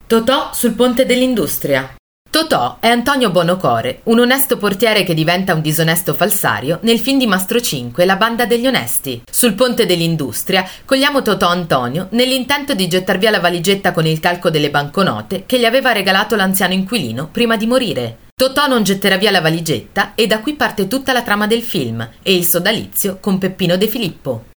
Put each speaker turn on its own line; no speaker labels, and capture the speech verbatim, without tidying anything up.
Totò sul ponte dell'Industria. Totò è Antonio Bonocore, un onesto portiere che diventa un disonesto falsario nel film di Mastro cinque La banda degli onesti. Sul ponte dell'Industria cogliamo Totò Antonio nell'intento di gettar via la valigetta con il calco delle banconote che gli aveva regalato l'anziano inquilino prima di morire. Totò non getterà via la valigetta e da qui parte tutta la trama del film e il sodalizio con Peppino De Filippo.